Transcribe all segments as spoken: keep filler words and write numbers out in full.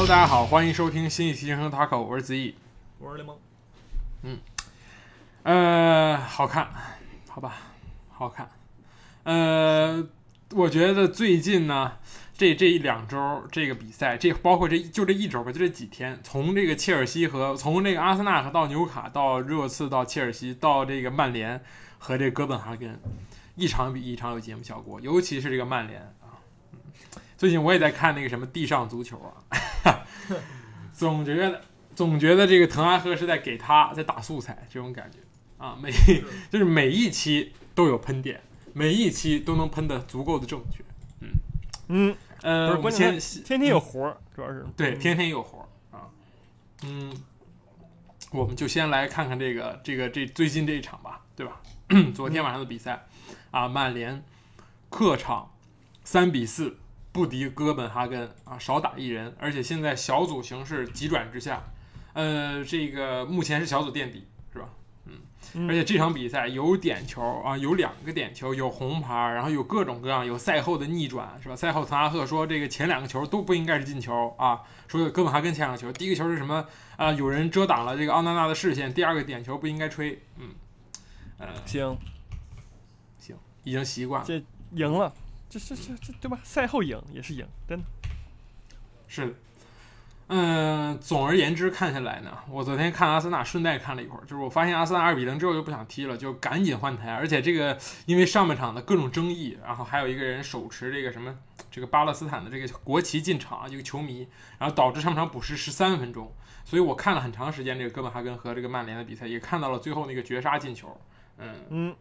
Hello， 大家好，欢迎收听新一期人生 Taco， 我是子毅， 我是雷蒙。 嗯，呃，好看，好吧，好看。呃，我觉得最近呢，这这一两周这个比赛，这包括这就这一周吧，就这几天，从这个切尔西和从这个阿森纳和到纽卡到热刺到切尔西到这个曼联和这个哥本哈根，一场比一场有节目效果，尤其是这个曼联啊。嗯，最近我也在看那个什么地上足球啊，总觉得总觉得这个滕哈赫是在给他在打素材这种感觉啊，每就是每一期都有喷点。每一期都能喷得足够的正确，嗯嗯呃， 不是关键天天有活儿、嗯，主要是对天天有活儿啊，嗯，我们就先来看看这个这个这最近这一场吧，对吧？昨天晚上的比赛啊，曼联客场三比四不敌哥本哈根啊，少打一人，而且现在小组形势急转直下，呃，这个目前是小组垫底。而且这场比赛有点球啊，有两个点球，有红牌，然后有各种各样，有赛后的逆转，是吧？赛后滕哈赫说这个前两个球都不应该是进球啊，说哥本哈根前两个球，第一个球是什么啊？有人遮挡了这个奥纳纳的视线，第二个点球不应该吹，嗯，呃， 行行，已经习惯了， 这赢了，这这这这对吧？赛后赢也是赢，真的是的。嗯，总而言之看下来呢，我昨天看阿森纳顺带看了一会儿，就是我发现阿森纳二比零之后就不想踢了，就赶紧换台，而且这个因为上半场的各种争议，然后还有一个人手持这个什么这个巴勒斯坦的这个国旗进场，一个球迷，然后导致上半场补时十三分钟，所以我看了很长时间这个哥本哈根和这个曼联的比赛，也看到了最后那个绝杀进球。嗯嗯，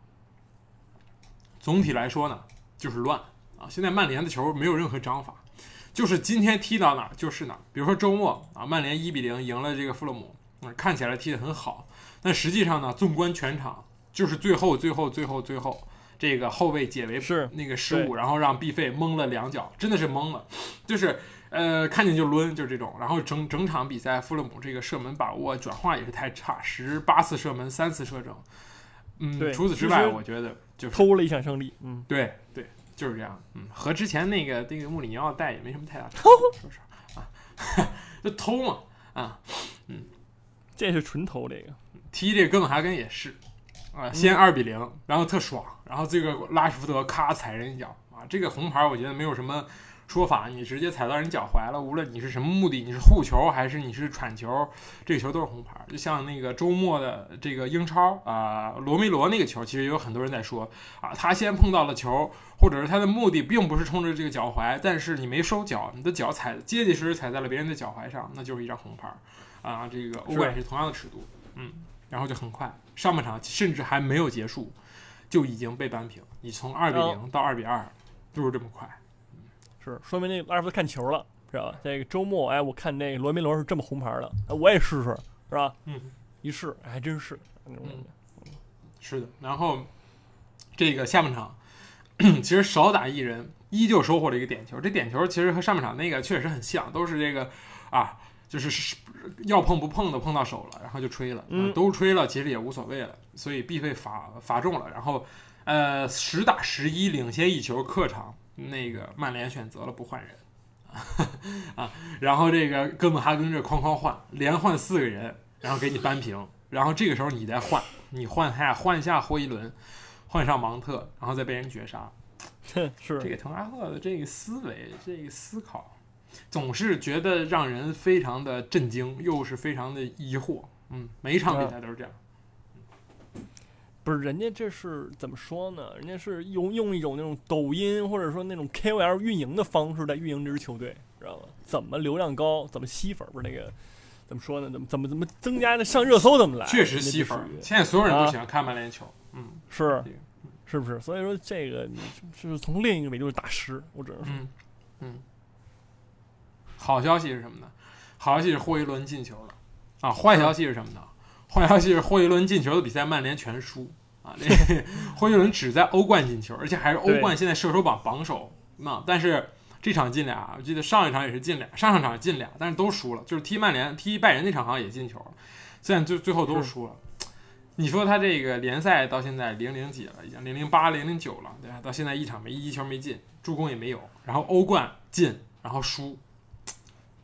总体来说呢，就是乱啊，现在曼联的球没有任何章法。就是今天踢到哪儿就是哪儿，比如说周末啊，曼联一比零赢了这个富勒姆，嗯，看起来踢得很好，但实际上呢，纵观全场，就是最后最后最后最后这个后卫解围是那个失误，然后让毕费蒙了两脚，真的是蒙了，就是呃看见就抡，就是这种。然后整整场比赛，富勒姆这个射门把握转化也是太差，十八次射门三次射正，嗯，除此之外，我觉得就是偷了一场胜利，嗯， 对对。就是这样，嗯，和之前那个这个穆里尼奥带也没什么太大差别，说实话啊，就偷嘛，啊，嗯， 这是纯偷这个， 踢这个哥本哈根也是，啊，先二比零，然后特爽，然后这个拉什福德咔踩人一脚，啊，这个红牌我觉得没有什么说法，你直接踩到人脚踝了，无论你是什么目的，你是护球还是你是铲球，这个球都是红牌。就像那个周末的这个英超啊、呃，罗梅罗那个球，其实有很多人在说啊，他先碰到了球，或者是他的目的并不是冲着这个脚踝，但是你没收脚，你的脚踩结结实实踩在了别人的脚踝上，那就是一张红牌啊。这个欧冠是同样的尺度，嗯，然后就很快，上半场甚至还没有结束，就已经被扳平。你从二比零到二比二，就是这么快。 是说明那个拉什福德看球了，知道吧？这个周末，哎，我看那个罗梅罗是这么红牌的，哎，我也试试，是吧？ 嗯， 一试还真是， 嗯，是的。然后这个下半场，其实少打一人，依旧收获了一个点球。这点球其实和上半场那个确实很像，都是这个啊，就是要碰不碰的碰到手了，然后就吹了， 嗯， 都吹了，其实也无所谓了，所以必费罚罚中了，然后呃十打十一领先一球，客场。那个曼联选择了不换人啊，然后这个哥本哈根这哐哐换，连换四个人，然后给你扳平，然后这个时候你再换，你换下换下霍伊伦，换上芒特，然后再被人绝杀， 是这个滕哈赫的这个思维，这个思考，总是觉得让人非常的震惊，又是非常的疑惑，嗯，每一场比赛都是这样。 不是，人家这是怎么说呢？人家是用用一种那种抖音或者说那种 K O L 运营的方式在运营这支球队，知道吧？怎么流量高，怎么吸粉，不是那个怎么说呢？怎么怎么怎么增加的上热搜怎么来？ 确实吸粉，现在所有人都喜欢看曼联球，啊、嗯， 是，是不是？所以说这个你是从另一个维度打湿，我只能说， 嗯嗯。好消息是什么呢？好消息是霍伊伦进球了啊！坏消息是什么呢？坏消息是霍伊伦进球的比赛曼联全输啊！这霍伊伦只在欧冠进球，而且还是欧冠现在射手榜榜首啊！但是这场进俩，我记得上一场也是进俩，上上场进俩，但是都输了。就是踢曼联、踢拜仁那场好像也进球，现在最最后都输了。你说他这个联赛到现在零零几了，已经零零八、零零九了，对吧？到现在一场没一球没进，助攻也没有，然后欧冠进，然后输。这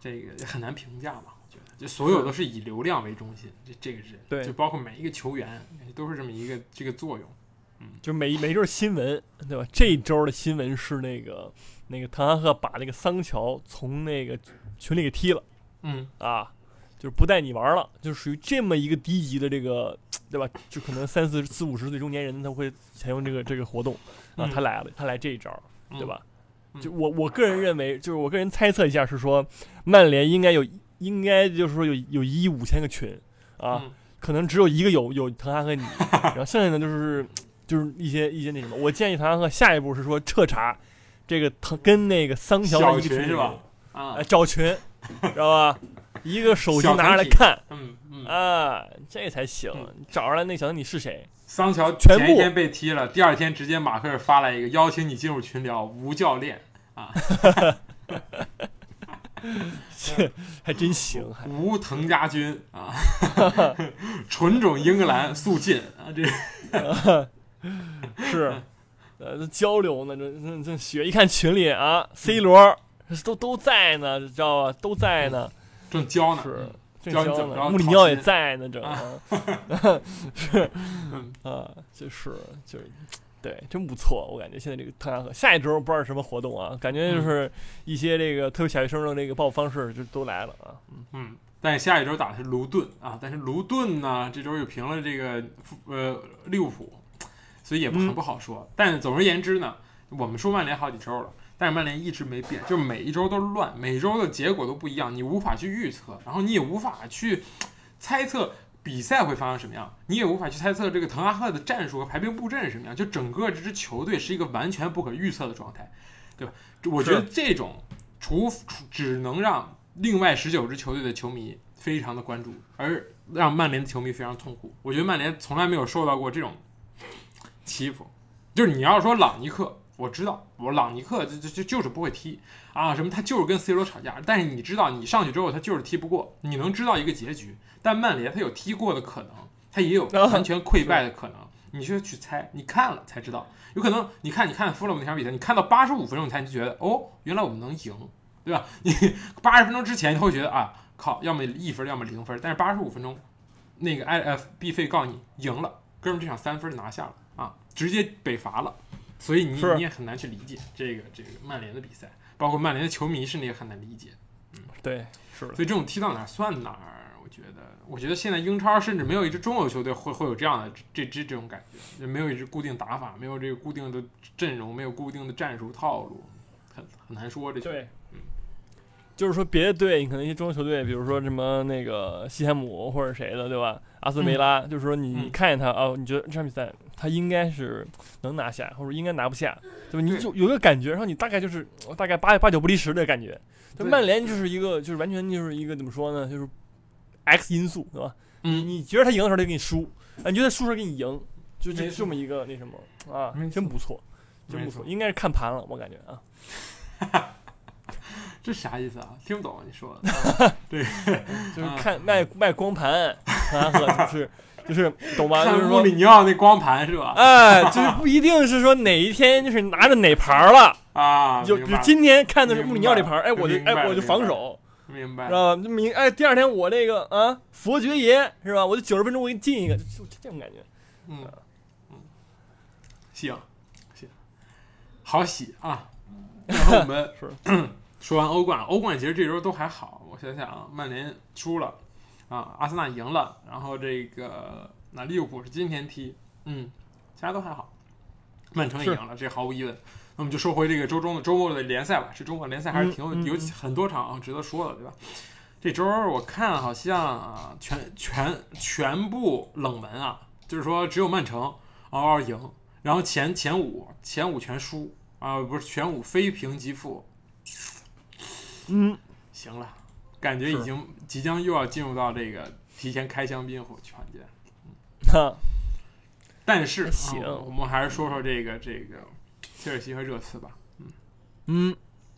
这个很难评价吧？我觉得，就所有都是以流量为中心，这这个是对， 就包括每一个球员都是这么一个这个作用。嗯， 就每每一周新闻，对吧？这一周的新闻是那个那个滕哈赫把那个桑乔从那个群里给踢了， 嗯啊，就是不带你玩了，就属于这么一个低级的这个，对吧？就可能三四四五十岁中年人他会采用这个这个活动啊， 嗯、 他来了，他来这一招，对吧？ 嗯、 就我我个人认为，就是我个人猜测一下是说，曼联应该有应该就是说有有一亿五千个群啊， 嗯、 可能只有一个有有滕哈赫你，然后剩下的就是。就是一些一些那什么，我建议滕哈赫下一步是说彻查这个滕跟那个桑乔的一个群是吧？啊， 呃、找群，知道吧？一个手机拿着来看， 嗯嗯啊，这才行。 嗯、 找出来那小子你是谁？ 桑乔全部前一天被踢了，第二天直接马克尔发来一个邀请你进入群聊，无教练啊， 这还真行，还无滕家军啊，纯种英格兰速进啊，这。 是，呃，交流呢，这这这雪一看群里啊 ，C 罗都都在呢，知道吧？都在呢， 正教呢， 是正教教呢，穆里尼奥也在呢，正是啊，就是就是，对，真不错，我感觉现在这个滕哈赫，下一周不知道是什么活动啊，感觉就是一些这个特别小学生的这个报复方式就都来了啊， 嗯嗯。但是下一周打的是卢顿啊，但是卢顿呢这周又平了这个呃利物浦，所以也不很不好说。嗯、但总而言之呢，我们说曼联好几周了，但是曼联一直没变，就是每一周都乱，每周的结果都不一样，你无法去预测，然后你也无法去猜测比赛会发生什么样，你也无法去猜测这个滕哈赫的战术和排兵布阵是什么样，就整个这支球队是一个完全不可预测的状态，对吧？我觉得这种除只能让另外十九支球队的球迷非常的关注，而让曼联的球迷非常痛苦。我觉得曼联从来没有受到过这种欺负。就是你要说朗尼克，我知道，我朗尼克就就就是不会踢啊，什么他就是跟 C 罗吵架，但是你知道，你上去之后他就是踢不过，你能知道一个结局。但曼联他有踢过的可能，他也有完全溃败的可能。你就去猜，你看了才知道，有可能你看你看富勒姆那场比赛，你看到八十五分钟你才觉得哦，原来我们能赢。对吧？你八十分钟之前你会觉得啊，靠，要么一分，要么零分。但是八十五分钟，那个 I F B 费告诉你赢了，哥们这场三分就拿下了啊，直接北伐了。所以你你也很难去理解这个这个曼联的比赛，包括曼联的球迷甚至也很难理解。嗯， 对，是的。 所以这种踢到哪儿算哪儿，我觉得，我觉得现在英超甚至没有一支中游球队会会有这样的这这这种感觉，没有一支固定打法，没有这个固定的阵容，没有固定的战术套路，很很难说这。 对。就是说，别的队，你可能一些中游球队，比如说什么那个西汉姆或者谁的，对吧？阿斯顿维拉，嗯、就是说你看见他哦，你觉得这场比赛他应该是能拿下，或者应该拿不下，对吧？你就有个感觉，然后你大概就是大概八八九不离十的感觉。就曼联就是一个，就是完全就是一个怎么说呢？就是 X 因素，对吧？ 嗯， 你觉得他赢的时候他给你输，啊，你觉得输的时候给你赢，就就这么一个那什么啊，真不错，真不错，应该是看盘了，我感觉啊。 这啥意思啊？听不懂你说的。对， 就是看卖卖光盘，啊，就是就是懂吧？就是穆里尼奥那光盘是吧？ 哎，就是不一定是说哪一天就是拿着哪盘了啊， 就就今天看的是穆里尼奥这盘，哎，我就哎我就防守， 明白？ 知道吧？明哎，第二天我这个啊佛爵爷是吧？我就九十分钟我给你进一个，就这种感觉。 嗯嗯，行行，好喜啊！然后我们是。 说完欧冠，欧冠其实这周都还好。我想想啊，曼联输了，啊，阿森纳赢了，然后这个那利物浦是今天踢，嗯，其他都还好。曼城也赢了，这毫无疑问。那我们就说回这个周中的周末的联赛吧。这周末联赛还是挺有、嗯、有很多场值得说的，对吧？这周我看好像啊，全全全部冷门啊，就是说只有曼城嗷嗷赢，然后前前五前五全输啊，不是全五非平即负。 嗯， 行了，感觉已经即将又要进入到这个提前开香槟火去环节。 嗯， 但是行、 啊，我们还是说说这个这个切尔西和热刺吧。嗯嗯，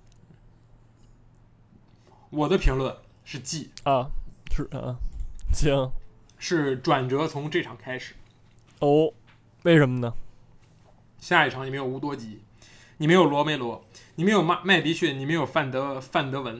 我的评论是 G 啊，是啊，行， 是转折从这场开始。 哦，为什么呢？ 下一场你没有乌多吉，你没有罗梅罗，你没有麦麦迪逊，你没有范德范德文，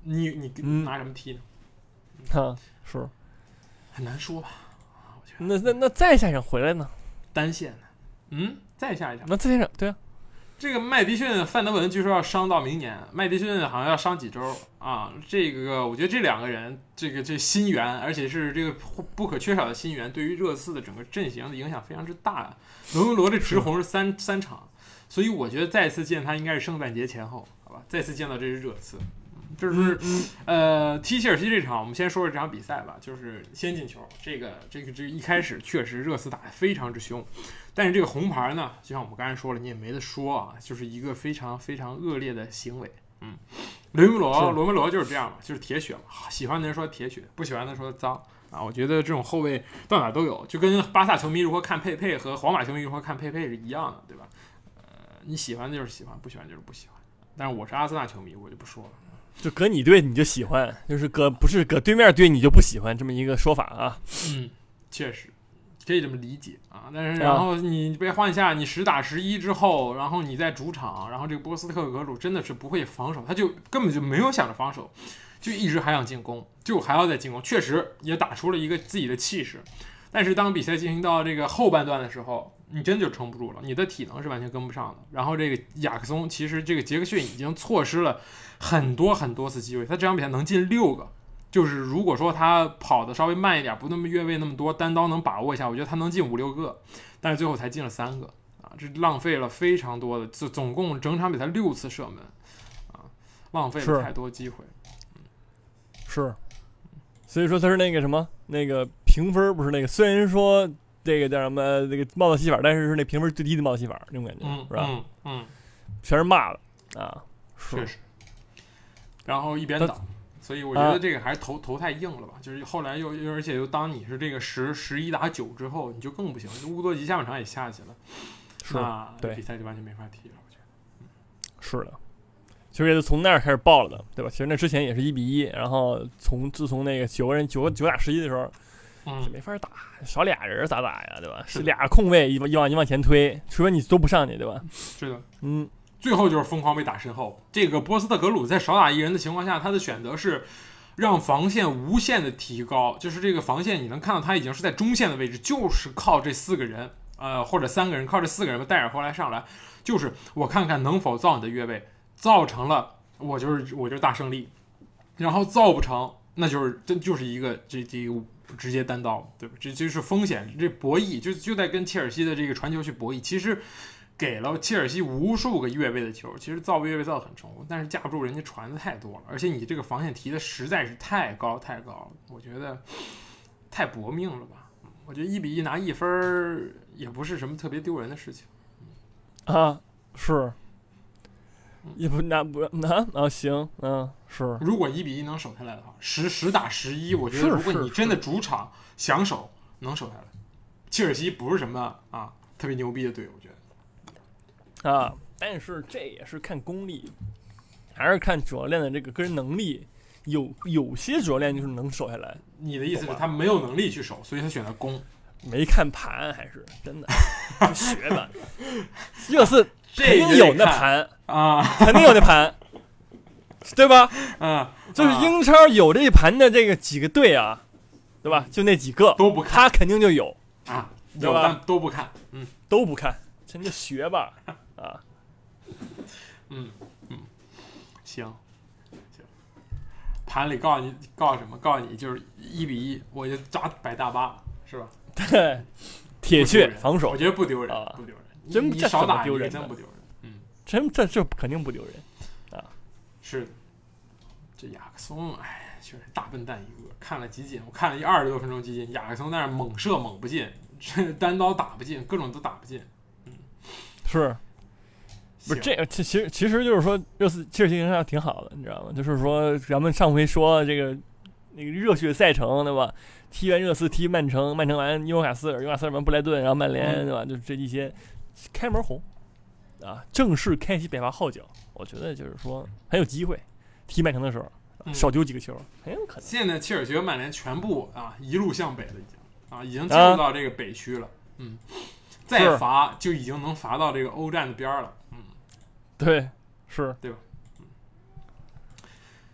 你你嗯拿什么踢呢？ 哈，是很难说吧，我觉得。 那那那再下一场回来呢？ 单线的，嗯，再下一场。 那再下一场，对啊， 这个麦迪逊、范德文据说要伤到明年，麦迪逊好像要伤几周啊。这个我觉得这两个人，这个这新援，而且是这个不可缺少的新援，对于热刺的整个阵型的影响非常之大。罗梅罗这直红是三三场，所以我觉得再次见他应该是圣诞节前后，好吧？再次见到这是热刺。就是、 嗯、 呃，踢切尔西这场，我们先说说这场比赛吧。就是先进球，这个这个这个一开始确实热刺打得非常之凶，但是这个红牌呢，就像我们刚才说了，你也没得说啊，就是一个非常非常恶劣的行为。嗯，罗梅罗罗梅罗就是这样嘛，就是铁血嘛，喜欢的人说铁血，不喜欢的说脏啊。我觉得这种后卫到哪都有，就跟巴萨球迷如何看佩佩和皇马球迷如何看佩佩是一样的，对吧？呃，你喜欢就是喜欢，不喜欢就是不喜欢。但是我是阿森纳球迷，我就不说了。 就搁你队你就喜欢，就是搁不是搁对面队你就不喜欢，这么一个说法啊。 嗯，确实可以这么理解啊。但是然后你别换下，你十打十一之后，然后你在主场，然后这个波斯特格鲁真的是不会防守，他就根本就没有想着防守，就一直还想进攻，就还要再进攻，确实也打出了一个自己的气势。但是当比赛进行到这个后半段的时候，你真就撑不住了，你的体能是完全跟不上的。然后这个雅克松，其实这个杰克逊已经错失了很多很多次机会，他这场比赛能进六个，就是如果说他跑的稍微慢一点，不那么越位那么多，单刀能把握一下，我觉得他能进五六个，但是最后才进了三个啊，这浪费了非常多的，就总共整场比赛六次射门啊，浪费了太多机会。 是，所以说他是那个什么那个评分不是那个，虽然说这个叫什么那个帽子戏法，但是是那评分最低的帽子戏法那种感觉， 嗯、 是吧？ 嗯嗯， 全是骂的啊， 确实。然后一边倒，所以我觉得这个还是头、啊、头太硬了吧。就是后来又而且又当你是这个十十一打九之后，你就更不行。乌多吉下半场也下去了，那对比赛就完全没法踢了。我觉得， 嗯、是的。其实也是从那儿开始爆了的，对吧？其实那之前也是一比一，然后从自从那个九个人九九打十一的时候， 嗯， 就没法打，少俩人咋打呀，对吧？是俩空位一一往一往前推，除非你都不上去，对吧？ 是的， 嗯。 最后就是疯狂被打身后。这个波斯特格鲁在少打一人的情况下，他的选择是让防线无限的提高，就是这个防线你能看到他已经是在中线的位置，就是靠这四个人，呃，或者三个人，靠这四个人戴尔后来上来，就是我看看能否造你的越位，造成了我就是我就是大胜利，然后造不成，那就是真就是一个这这个直接单刀，对吧？这就是风险，这博弈就就在跟切尔西的这个传球去博弈，其实。给了切尔西无数个越位的球，其实造越位造得很成功，但是架不住人家传的太多了，而且你这个防线提的实在是太高太高了，我觉得太搏命了吧？我觉得一比一拿一分也不是什么特别丢人的事情啊，是，也不拿不拿啊行，嗯是。 如果一比一能守下来的话，十十打十一，我觉得如果你真的主场想守能守下来，切尔西不是什么啊特别牛逼的队友，我觉得。 啊，但是这也是看功力，还是看主教练的这个个人能力。有有些主教练就是能守下来。 你的意思是他没有能力去守，所以他选择攻？ 没看盘还是真的学吧。热刺肯定有那盘啊， 肯定有那盘，对吧？ 啊， 就是英超有这盘的这个几个队啊，对吧？就那几个都不看， 他肯定就有啊，有但都不看，嗯， 都不看，真的学吧。啊， 嗯嗯，行行，盘里告诉你告诉什么？告诉你就是一比一，我就扎摆大巴，是吧？ 对，铁血防守， 我觉得不丢人， 啊、 不丢人， 真你少打丢人， 真不丢人，嗯， 真这这肯定不丢人啊！ 是，这雅克松，哎，确实大笨蛋一个。看了几进，我看了一二十多分钟几进，雅克松在那猛射猛不进，这单刀打不进，各种都打不进，嗯， 是。不是这个，其实其实就是说，热刺切尔西形象挺好的，你知道吗？就是说，咱们上回说这个那个热血赛程，对吧？踢完热刺，踢曼城，曼城完纽卡斯尔，纽卡斯尔完布莱顿，然后曼联，对吧？就是这一些开门红啊，正式开启北伐号角。我觉得就是说很有机会，踢曼城的时候少丢几个球，很有可能。 现在切尔西和曼联全部啊一路向北了，已经啊已经进入到这个北区了，啊、嗯，再罚就已经能罚到这个欧战的边了。 对，是， 对吧？嗯，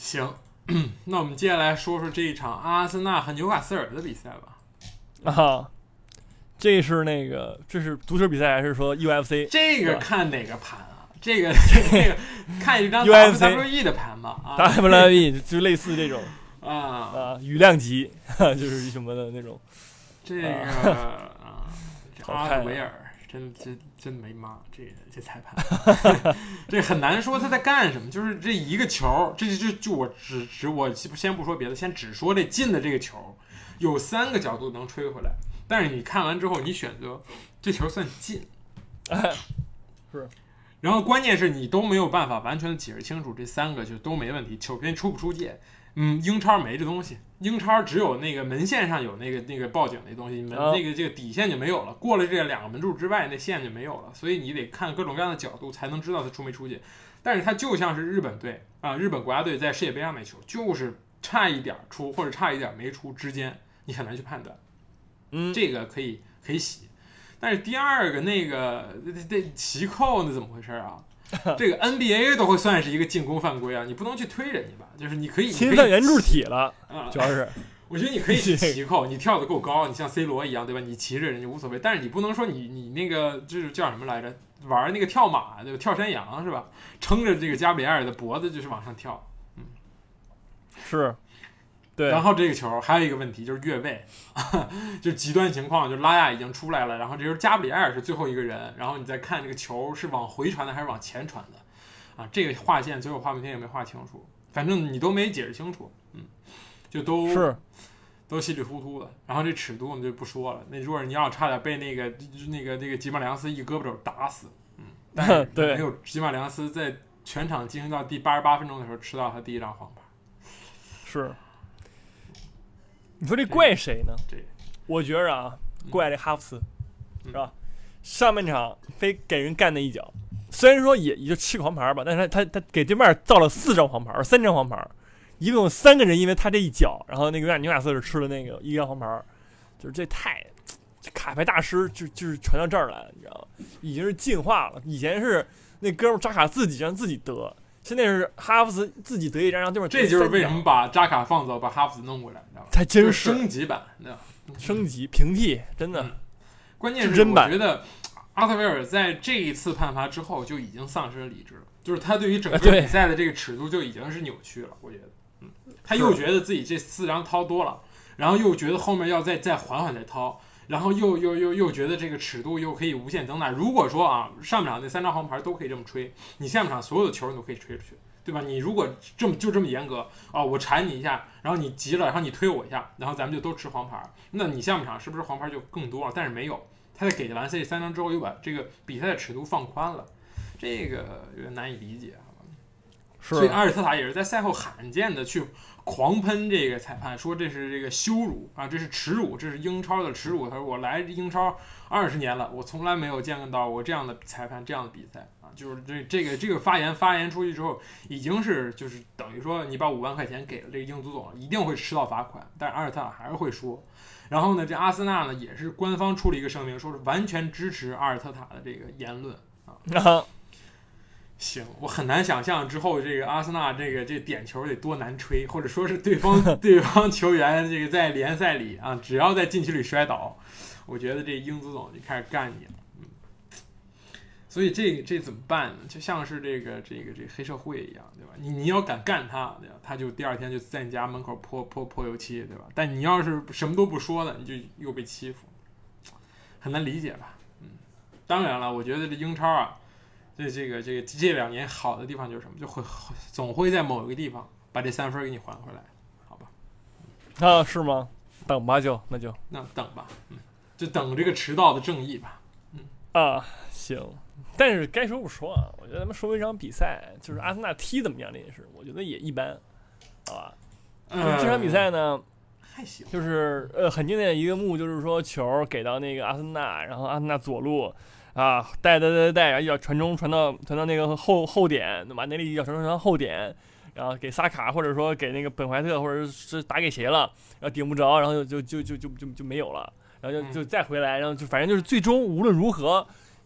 行，那我们接下来说说这一场阿森纳和纽卡斯尔的比赛吧。 啊，这是那个这是足球比赛还是说 U F C？ 这个看哪个盘啊？这个这个看一张 U F C W W E 的盘吧。啊 W W E 就类似这种啊啊羽量级，就是什么的那种。 这个啊，这阿看德维尔真真真没妈，这这裁判，这很难说他在干什么。就是这一个球，这就就我只只我先不说别的，先只说这进的这个球，有三个角度能吹回来。但是你看完之后，你选择这球算进， 是。 然后关键是你都没有办法完全的解释清楚这三个就都没问题，球边出不出界。嗯，英超没这东西，英超只有那个门线上有那个那个报警那东西，门、 哦、 那个这个底线就没有了，过了这两个门柱之外，那线就没有了，所以你得看各种各样的角度才能知道它出没出界。但是它就像是日本队啊，日本国家队在世界杯上那球，就是差一点出或者差一点没出之间，你很难去判断。 嗯， 这个可以可以洗，但是第二个那个这这旗扣那怎么回事啊？这个 N B A 都会算是一个进攻犯规啊，你不能去推人家吧？就是你可以侵犯圆柱体了啊， 主要是。 我觉得你可以旗扣，你跳得够高，你像 C 罗一样，对吧？你骑着人家无所谓，但是你不能说你你那个就是叫什么来着？玩那个跳马，对吧？跳山羊是吧？撑着这个加比埃尔的脖子就是往上跳，嗯， 是。对， 然后这个球还有一个问题就是越位，就极端情况，就拉亚已经出来了，然后这时候加布里埃尔是最后一个人，然后你再看这个球是往回传的还是往前传的，啊，这个划线最后画半天也没画清楚，反正你都没解释清楚，嗯，就都是都稀里糊涂的。然后这尺度我们就不说了，那若尔尼奥差点被那个那个那个吉马良斯一胳膊肘打死，嗯，但是没有吉马良斯在全场进行到第八十八分钟的时候吃到他第一张黄牌， 是。你说这怪谁呢？ 这我觉着啊，怪这哈弗斯，是吧？上半场非给人干那一脚，虽然说也也就吃个黄牌吧，但是他他他给对面造了四张黄牌，三张黄牌，一共有三个人因为他这一脚，然后那个纽卡斯尔吃了那个一张黄牌，就是这太这卡牌大师就就是传到这儿来了，你知道吗？已经是进化了。以前是那哥们扎卡自己让自己得。现在是哈弗斯自己得一张，让对面这就是为什么把扎卡放走，把哈弗斯弄过来，你知道吗？ 他真是升级版， 升级平替，真的。 嗯、关键是我觉得阿特维尔在这一次判罚之后就已经丧失了理智了，就是他对于整个比赛的这个尺度就已经是扭曲了。我觉得，嗯，他又觉得自己这四张掏多了，然后又觉得后面要再再缓缓再掏。然后又又又又觉得这个尺度又可以无限增大。如果说啊，上半场那三张黄牌都可以这么吹，你下半场所有的球你都可以吹出去，对吧？你如果这么就这么严格啊，我缠你一下，然后你急了，然后你推我一下，然后咱们就都吃黄牌，那你下半场是不是黄牌就更多了？但是没有，他在给完这三张之后，又把这个比赛的尺度放宽了，这个有点难以理解。所以阿尔特塔也是在赛后罕见的去狂喷这个裁判，说这是这个羞辱啊，这是耻辱，这是英超的耻辱。他说我来英超二十年了，我从来没有见到过这样的裁判，这样的比赛啊，就是这这个这个发言发言出去之后，已经是就是等于说你把五万块钱给了这个英足总，一定会吃到罚款。但是阿尔特塔还是会说。然后呢，这阿森纳呢也是官方出了一个声明，说是完全支持阿尔特塔的这个言论啊。行，我很难想象之后这个阿森纳这个这点球得多难吹，或者说是对方对方球员这个在联赛里啊，只要在禁区里摔倒，我觉得这英足总就开始干你了。嗯，所以这这怎么办呢？就像是这个这个这个黑社会一样，对吧？你你要敢干他，对吧？他就第二天就在你家门口泼泼泼油漆，对吧？但你要是什么都不说的，你就又被欺负，很难理解吧？嗯，当然了，我觉得这英超啊。这这个这个这两年好的地方就是什么，就会总会在某一个地方把这三分给你还回来，好吧？ 啊，是吗？等吧就，就那就那等吧，嗯，就等这个迟到的正义吧，嗯啊，行。但是该说不说啊，我觉得咱们说一场比赛，就是阿森纳踢怎么样这件事，我觉得也一般，好吧？呃、这场比赛呢， 还行， 就是呃很经典的一个幕，就是说球给到那个阿森纳，然后阿森纳左路。啊，带带带带，然后要传中传到传到那个后后点，对吧？内利要传中传到后点，然后给萨卡或者说给那个本怀特，或者是打给谁了，然后顶不着，然后就就就就就就就没有了，然后就就再回来，然后就反正就是最终无论如何，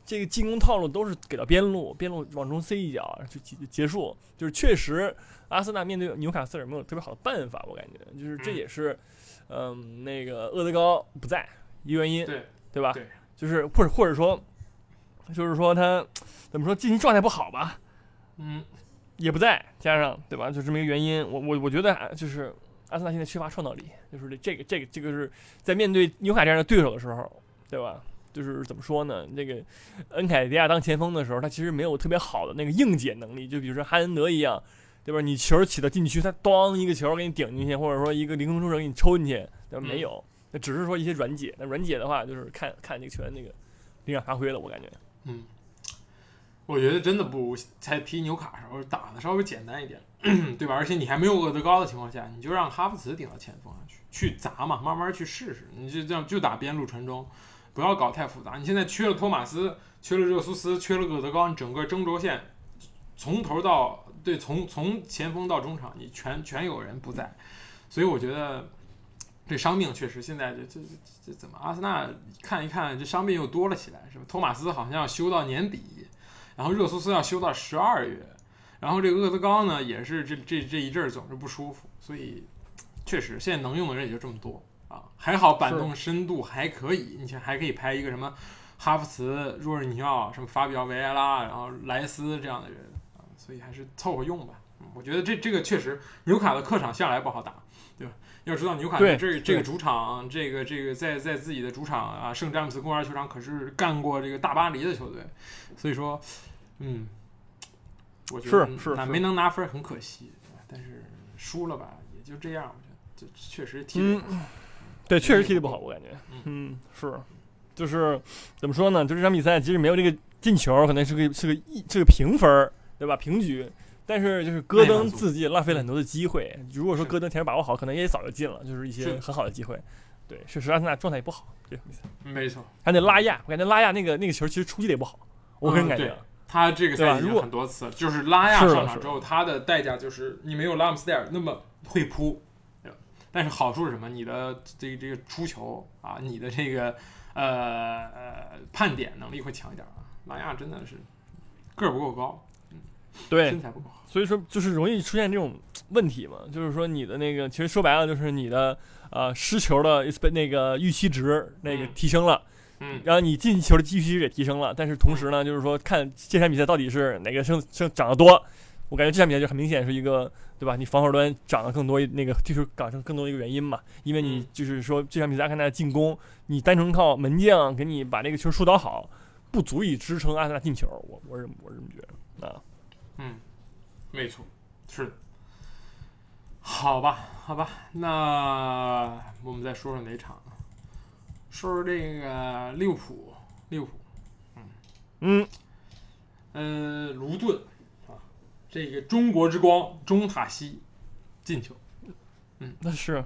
这个进攻套路都是给到边路，边路往中塞一脚就结束。就是确实，阿森纳面对纽卡斯尔没有特别好的办法，我感觉就是这也是，嗯，嗯那个厄德高不在一个原因， 对对吧？ 对， 就是或者或者说，就是说他怎么说近期状态不好吧？ 嗯， 也不在，加上对吧？就这么一个原因，我我我觉得就是阿森纳现在缺乏创造力，就是这个这个这个是在面对纽卡这样的对手的时候，对吧？就是怎么说呢？那个恩凯迪亚当前锋的时候，他其实没有特别好的那个应解能力，就比如说哈恩德一样，对吧？你球起到禁区，他咣一个球给你顶进去，或者说一个凌空出手给你抽进去，对吧？没有，那只是说一些软解。那软解的话，就是看看这个球员那个灵感发挥了，我感觉。 嗯，我觉得真的不如在踢纽卡时候打的稍微简单一点，对吧？而且你还没有厄德高的情况下，你就让哈弗茨顶到前锋上去，去砸嘛，慢慢去试试。你就这样就打边路传中。不要搞太复杂，你现在缺了托马斯，缺了热苏斯，缺了厄德高，你整个争夺线从头到对从从前锋到中场，你全全有人不在，所以我觉得这伤病确实现在这这这这怎么阿森纳看一看这伤病又多了起来，是吧？托马斯好像要休到年底，然后热苏斯要休到十二月，然后这个厄德高呢也是这这这一阵总是不舒服，所以确实现在能用的人也就这么多。啊，还好板凳深度还可以，你还可以排一个什么哈弗茨、若日尼奥、什么法比奥维埃拉，然后莱斯这样的人啊，所以还是凑合用吧。嗯，我觉得这这个确实纽卡的客场向来不好打，对吧？要知道纽卡这这个主场，这个这个在在自己的主场啊，圣詹姆斯公园球场可是干过这个大巴黎的球队，所以说，嗯，我觉得是是那没能拿分很可惜，但是输了吧，也就这样，我觉得这确实踢得。 嗯对，确实踢得不好，我感觉，嗯，是，就是怎么说呢？就这场比赛，即使没有这个进球，可能是个是个是个平分，对吧？平局，但是就是戈登自己浪费了很多的机会。如果说戈登前面把握好，可能也早就进了，就是一些很好的机会。对，确实阿森纳状态也不好，这场比赛。 没错， 还有那拉亚，我感觉拉亚那个那个球其实出击的也不好，我个人感觉。 嗯、他这个赛季很多次，就是拉亚上场之后，他的代价就是你没有拉姆斯戴尔那么会扑。但是好处是什么？你的这个这个出球啊，你的这个呃呃判点能力会强一点啊。拉亚真的是个儿不够高，嗯， 对， 身材不够好， 所以说就是容易出现这种问题嘛。就是说你的那个，其实说白了就是你的呃失球的那个预期值那个提升了， 嗯， 然后你进球的预期值也提升了，但是同时呢，就是说看这场比赛到底是哪个胜胜涨得多。我感觉这场比赛就很明显是一个，对吧？你防守端涨了更多，那个技术涨成更多一个原因嘛。因为你就是说这场比赛阿森纳进攻，你单纯靠门将给你把这个球疏导好，不足以支撑阿森纳进球。我我是我是这么觉得啊。 嗯，没错，是的。好吧，好吧，那我们再说说哪场？说说这个利物浦，利物浦，嗯嗯， 呃，卢顿。这个中国之光中塔西进球，嗯， 那是，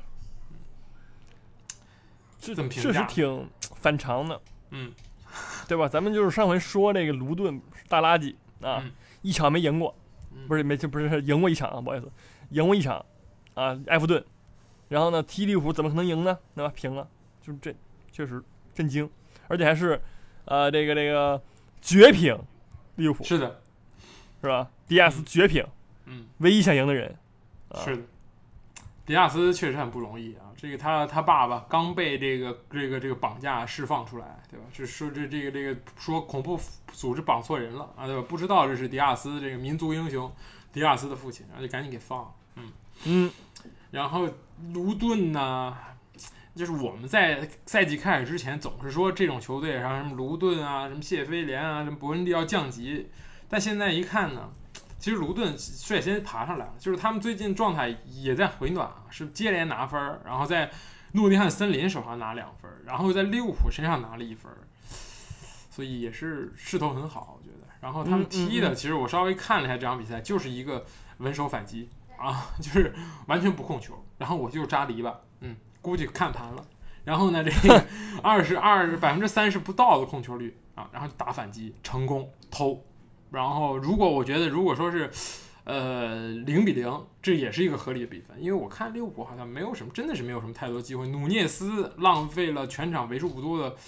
这怎么评价？确实挺反常的， 嗯， 对吧？咱们就是上回说这个卢顿大垃圾啊， 嗯、 一场没赢过， 嗯、 不是没不是赢过一场啊，不好意思，赢过一场啊，埃弗顿，然后呢踢利物浦怎么可能赢呢？对吧？平了，就是这确实震惊，而且还是呃这个这个绝平利物浦， 是的。 是吧？迪亚斯绝平， 嗯， 唯一想赢的人， 啊、是的。迪亚斯确实很不容易啊，这个他他爸爸刚被这个这个这个绑架释放出来，对吧？是说这这个这个说恐怖组织绑错人了啊，对吧？不知道这是迪亚斯这个民族英雄迪亚斯的父亲，然后就赶紧给放，嗯嗯。 然后卢顿呢，就是我们在赛季开始之前总是说这种球队，像什么卢顿啊、什么谢菲联啊、什么伯恩利要降级。但现在一看呢，其实卢顿率先爬上来了，就是他们最近状态也在回暖啊，是接连拿分，然后在诺丁汉森林手上拿两分，然后在利物浦身上拿了一分，所以也是势头很好，我觉得。然后他们踢的， 嗯嗯嗯其实我稍微看了一下这场比赛，就是一个稳守反击啊，就是完全不控球，然后我就扎篱笆，嗯，估计看盘了。然后呢，这个二十二百分之三十不到的控球率啊，然后打反击成功偷。然后，如果我觉得，如果说是，呃，零比零，这也是一个合理的比分，因为我看利物浦好像没有什么，真的是没有什么太多机会。努涅斯浪费了全场为数不多的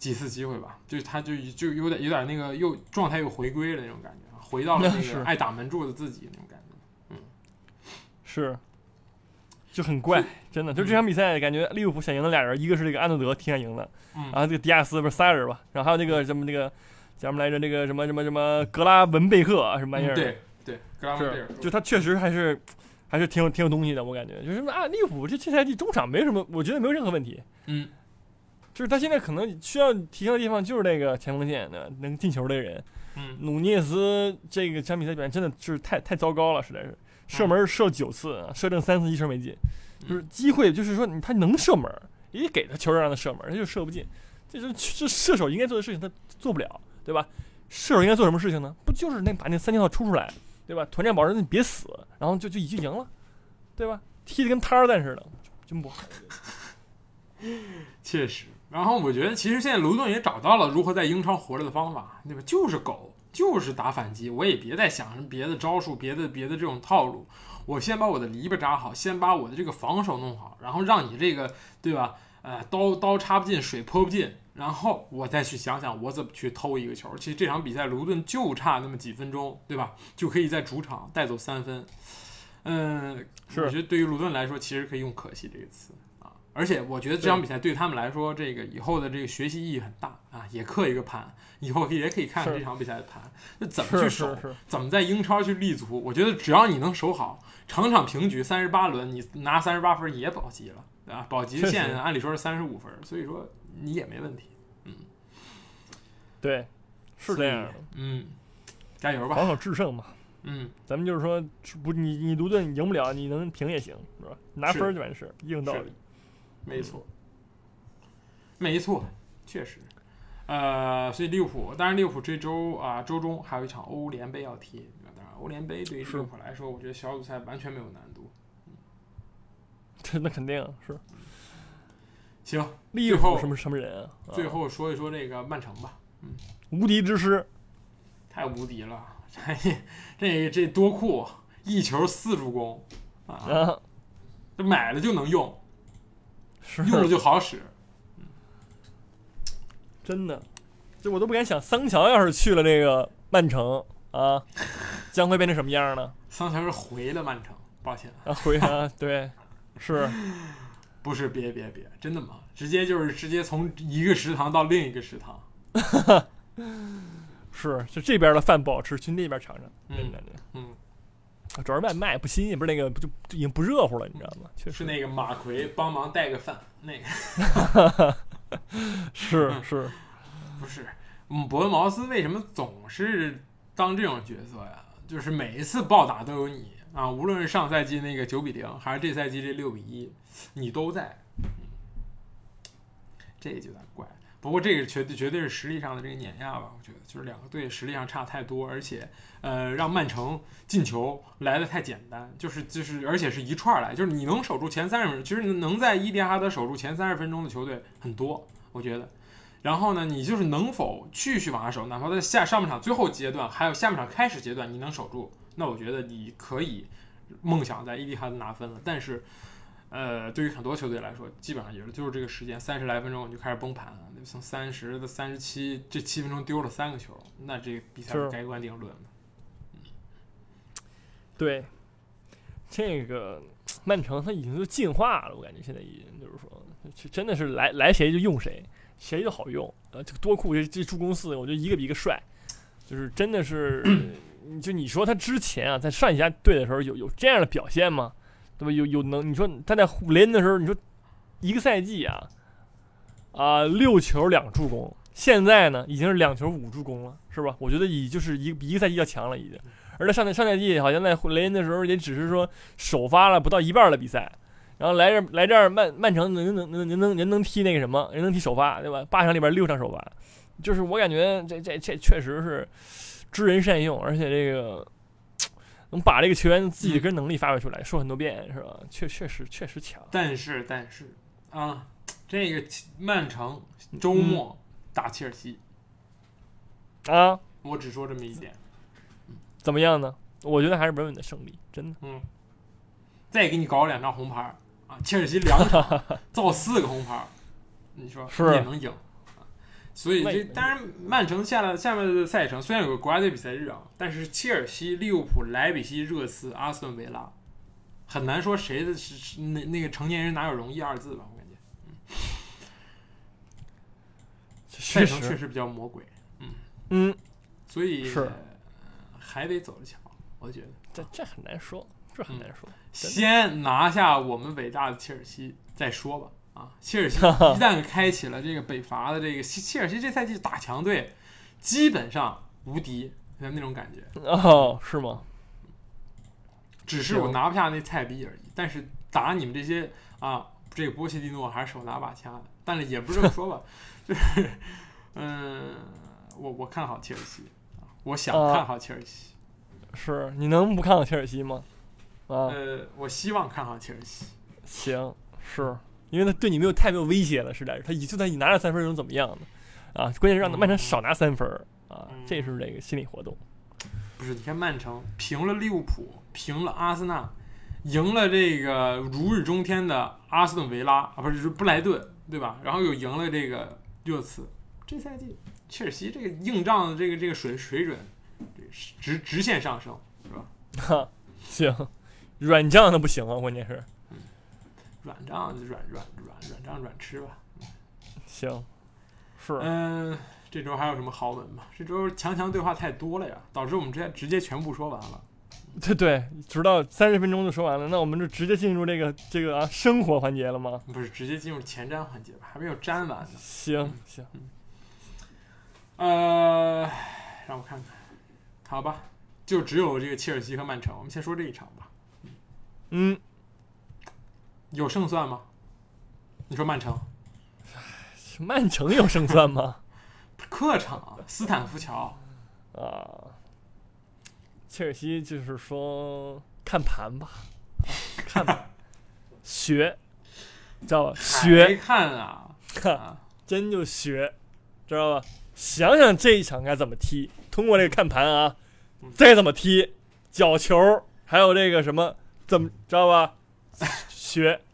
几次机会吧，就是他就就有点有点那个又状态又回归了那种感觉，回到了那个爱打门柱的自己那种感觉。嗯， 是，就很怪，真的。就这场比赛，感觉利物浦想赢的俩人，一个是这个安诺德挺想赢的， 嗯， 然后这个迪亚斯不是仨人吧，然后还有那个什么那个叫什么来着，那个什么什么什么格拉文贝克什么玩意儿、 嗯？对对，格拉文贝克， 就他确实还是还是挺有挺有东西的，我感觉就是啊，利物浦这这赛季中场没什么，我觉得没有任何问题。 嗯。 就是他现在可能需要提升的地方就是那个前锋线的能进球的人， 嗯， 努涅斯这个场比赛表现真的是太太糟糕了，实在是射门射九次，射正三次一球没进，就是机会就是说他能射门，也给他球让他射门，他就射不进，这是这射手应该做的事情他做不了，对吧？射手应该做什么事情呢？不就是那把那三件套出出来，对吧？团战保证你别死，然后就就已经赢了，对吧？踢得跟摊儿蛋似的，真不好。 确实。然后我觉得，其实现在卢顿也找到了如何在英超活着的方法，对吧？就是狗，就是打反击，我也别再想什么别的招数、别的别的这种套路。我先把我的篱笆扎好，先把我的这个防守弄好，然后让你这个，对吧？呃，刀刀插不进，水泼不进，然后我再去想想我怎么去偷一个球。其实这场比赛卢顿就差那么几分钟，对吧？就可以在主场带走三分。嗯，我觉得对于卢顿来说，其实可以用可惜这个词。而且我觉得这场比赛对他们来说，这个以后的这个学习意义很大啊，也刻一个盘，以后也可以看看这场比赛的盘，那怎么去守，怎么在英超去立足。我觉得只要你能守好，场场平局，三十八轮你拿三十八分也保级了，对吧？保级线按理说是三十五分，所以说你也没问题。嗯， 对，是这样的。 嗯，加油吧， 防守制胜嘛。 嗯， 咱们就是说，不，你你卢顿赢不了，你能平也行，是吧？拿分就完事，硬道理。 没错，没错，确实，呃，所以利物浦，当然利物浦这周啊，周中还有一场欧联杯要踢，当然欧联杯对于利物浦来说，我觉得小组赛完全没有难度。 这那肯定是。 行， 利物浦什么什么人啊？ 最后说一说这个曼城吧，嗯， 无敌之师， 太无敌了，这这这多库一球四助攻啊，这买了就能用。用了就好使， 嗯，真的，这我都不敢想，桑乔要是去了这个曼城啊，将会变成什么样呢？ 桑乔是回了曼城，抱歉啊，回啊，对，是， 不是？别别别，真的吗？直接就是直接从一个食堂到另一个食堂， 是，就这边的饭不好吃，去那边尝尝， 嗯嗯。 主要是外卖不新鲜，不是那个就就已经不热乎了，你知道吗？确实是那个马奎帮忙带个饭，那个是是， 不是？嗯，伯恩茅斯为什么总是当这种角色呀？就是每一次暴打都有你啊，无论是上赛季那个九比零，还是这赛季这六比一，你都在，嗯、这就有点怪。不过这个绝对绝对是实力上的这个碾压吧，我觉得就是两个队实力上差太多，而且呃让曼城进球来的太简单，就是就是而且是一串来，就是你能守住前三十分钟，其实能在伊蒂哈德守住前三十分钟的球队很多，我觉得。然后呢，你就是能否继续往下守，哪怕在下上半场最后阶段，还有下半场开始阶段，你能守住，那我觉得你可以梦想在伊蒂哈德拿分了。但是呃，对于很多球队来说，基本上也是就是这个时间，三十来分钟你就开始崩盘了。从三十到三十七，这七分钟丢了三个球，那这个比赛是盖棺定论的。嗯， 对，这个曼城他已经就进化了，我感觉现在已经就是说，真的是来来谁就用谁，谁都好用。呃，这个多库这这助攻四，我觉得一个比一个帅，就是真的是，就你说他之前啊，在上一家队的时候有有这样的表现吗？对吧？有有能？你说他在雷恩的时候，你说一个赛季啊，啊、呃、六球两助攻，现在呢已经是两球五助攻了，是吧？我觉得已就是一比一个赛季要强了已经。而在上上赛季好像在雷恩的时候也只是说首发了不到一半的比赛，然后来这来这儿曼曼城能能能能能人能踢那个什么，人能踢首发，对吧？八场里边六场首发，就是我感觉这这这确实是知人善用，而且这个。能把这个球员自己的个人能力发挥出来，说很多遍是吧？确确实确实强。 但是但是啊，这个曼城周末打切尔西、 嗯、啊， 我只说这么一点。 怎么样呢？我觉得还是稳稳的胜利，真的。 嗯。再给你搞两张红牌啊！切尔西两场造四个红牌，你说也能赢？ 所以这当然，曼城下了下面的赛程虽然有个国家队比赛日啊，但是切尔西、利物浦、莱比锡、热刺、阿斯顿维拉，很难说谁的是是那那个成年人哪有容易二字吧？我感觉，嗯，赛程确实比较魔鬼，嗯嗯， 所以是还得走着瞧，我觉得这这很难说，这很难说。嗯、 先拿下我们伟大的切尔西再说吧。啊，切尔西一旦开启了这个北伐的这个，切尔西这赛季打强队，基本上无敌的那种感觉。 哦，是吗？ 只是我拿不下那菜逼而已。但是打你们这些啊，这个波切蒂诺还是手拿把掐的。但是也不是这么说吧，就是，嗯，我我看好切尔西，我想看好切尔西。 啊、是你能不看好切尔西吗？啊， 呃，我希望看好切尔西。 行，是。因为他对你没有太没有威胁了，实在是他就算你拿了三分能怎么样呢？啊，关键是让曼城少拿三分啊，这是这个心理活动。 不是，你看曼城平了利物浦，平了阿森纳，赢了这个如日中天的阿斯顿维拉啊，不是布莱顿，对吧？然后又赢了这个热刺。这赛季切尔西这个硬仗的这个这个水水准，直直线上升，是吧？ 哈，行，软仗的不行啊，关键是。 软仗就软软软软仗软吃吧， 行，是， 嗯，这周还有什么豪文吗？这周强强对话太多了呀，导致我们这直接全部说完了。 对对，直到三十分钟就说完了，那我们就直接进入这个这个啊生活环节了吗？ 不是，直接进入前瞻环节吧，还没有瞻完呢。 行、嗯、行， 呃，让我看看，好吧，就只有这个切尔西和曼城，我们先说这一场吧。 嗯。 有胜算吗？你说曼城？ 曼城有胜算吗？ 客场斯坦福桥啊，切尔西就是说看盘吧，看吧，学，知道吧？学看啊， 看，真就学，知道吧？想想这一场该怎么踢，通过这个看盘啊，再怎么踢，角球，还有这个什么，怎么知道吧？学，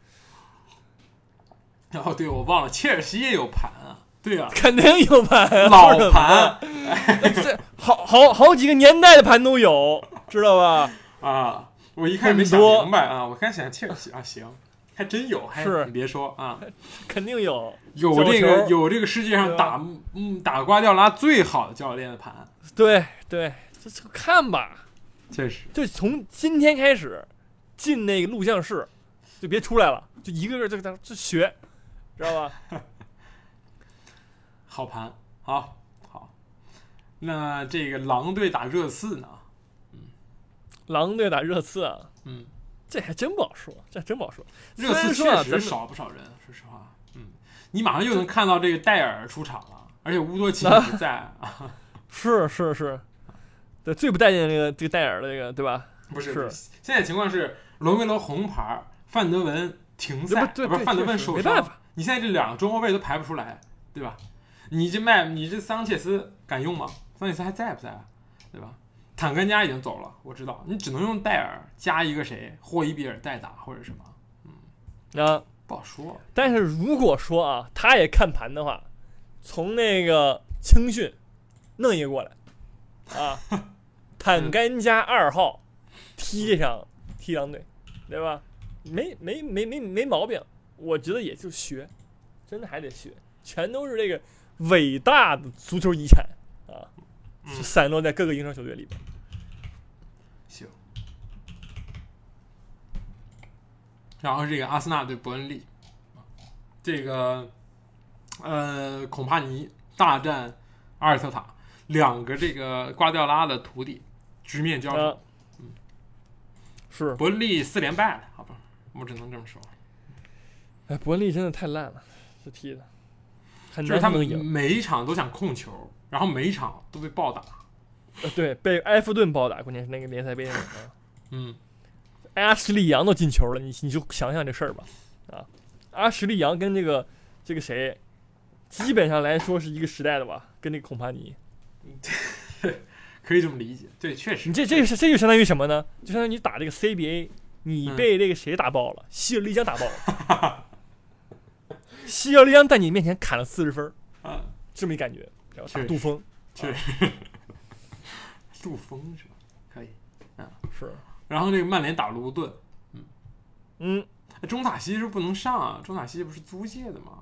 哦，对，我忘了，切尔西也有盘啊，对啊， 肯定有盘、啊， 老盘， 这好好好几个年代的盘都有，知道吧？ 啊，我一开始没想明白啊，我刚想切尔西啊，行，还真有，还是你别说啊， 肯定有， 有这个有这个世界上打嗯打瓜迪奥拉最好的教练的盘， 对对，这就看吧， 确实， 就从今天开始进那个录像室。就别出来了，就一个个这个这学，知道吧？ 好盘，好，好。那这个狼队打热刺呢？嗯， 狼队打热刺啊， 嗯， 这还真不好说，这还真不好说。 热刺确实少不少人，说实话，嗯，你马上就能看到这个戴尔出场了，而且乌多奇也在啊。 是是是，对，最不待见这个这个戴尔的这个，对吧？ 不是， 是现在情况是罗梅罗红牌。范德文停赛， 不, 对不是范德文受伤，你现在这两个中后卫都排不出来，对吧？你这麦，你这桑切斯敢用吗？桑切斯还在不在啊？对吧？坦甘加已经走了，我知道，你只能用戴尔加一个谁，霍伊比尔代打或者什么，嗯， 啊， 不好说。 但是如果说啊，他也看盘的话，从那个青训弄一个过来，啊，坦甘加二号踢这场踢狼队，对吧？没没没没没毛病，我觉得也就学，真的还得学，全都是这个伟大的足球遗产啊， 嗯、 散落在各个英超球队里边。 行，然后这个阿森纳对伯恩利，这个呃孔帕尼大战阿尔特塔，两个这个瓜迪奥拉的徒弟直面交手， 啊、嗯，是伯恩利四连败了，好吧。我只能这么说， 哎，伯恩利真的太烂了，这踢的，很就是他们每一场都想控球，然后每一场都被暴打。 呃，对，被埃弗顿暴打，关键是那个联赛杯那个。 嗯， 阿什利杨都进球了，你你就想想这事儿吧，啊，阿什利杨跟这个这个谁，基本上来说是一个时代的吧，跟这个孔帕尼。 可以这么理解，对，确实。 你这这是这就相当于什么呢？就相当于你打这个 C B A。你被这个谁打爆了？希尔利江打爆了。希尔利江在你面前砍了四十分， 这么一感觉，然后打确杜锋， 确实，杜锋是吧？可以，啊是， 然后这个曼联打卢顿，嗯嗯， 中塔西是不能上啊，中塔西不是租借的吗？